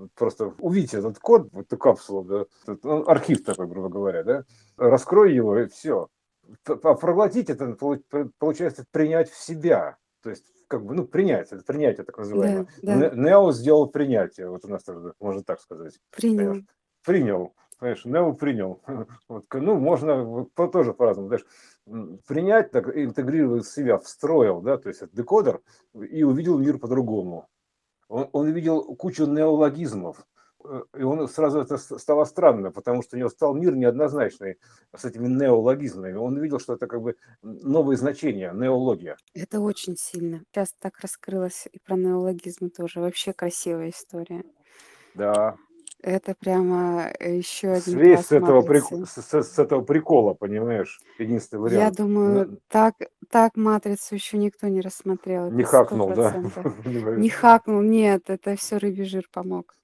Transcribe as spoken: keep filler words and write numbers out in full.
вот просто увидите этот код, вот эту капсулу, да, этот, ну, архив такой, грубо говоря, да, раскрой его и все. А проглотить это полу- п- получается принять в себя. То есть, как бы, ну, принять, это принятие так Да, называемое. да, Не- Нео сделал принятие, вот у нас тоже можно так сказать. Понимаешь? принял. Принял. Понимаешь, Нео принял. Вот, к- ну, можно вот по- тоже по-разному. Знаешь, м, принять, так интегрировать в себя, встроил, да, то есть это декодер, и увидел мир по-другому. Он, он видел кучу неологизмов, э, и он сразу это с- стало странно, потому что у него стал мир неоднозначный с этими неологизмами. Он видел, что это как бы новые значения, неология. Это очень сильно. Сейчас так раскрылось и про неологизмы тоже. Вообще красивая история. Да. Это прямо еще один Связь с класс этого, прик- матрицы. с, с- с этого прикола, понимаешь? Единственный Я вариант. думаю, Н- так, так матрицу еще никто не рассмотрел. Не Это сто хакнул, да? процентов. Понимаешь? Не хакнул, нет, это все рыбий жир помог.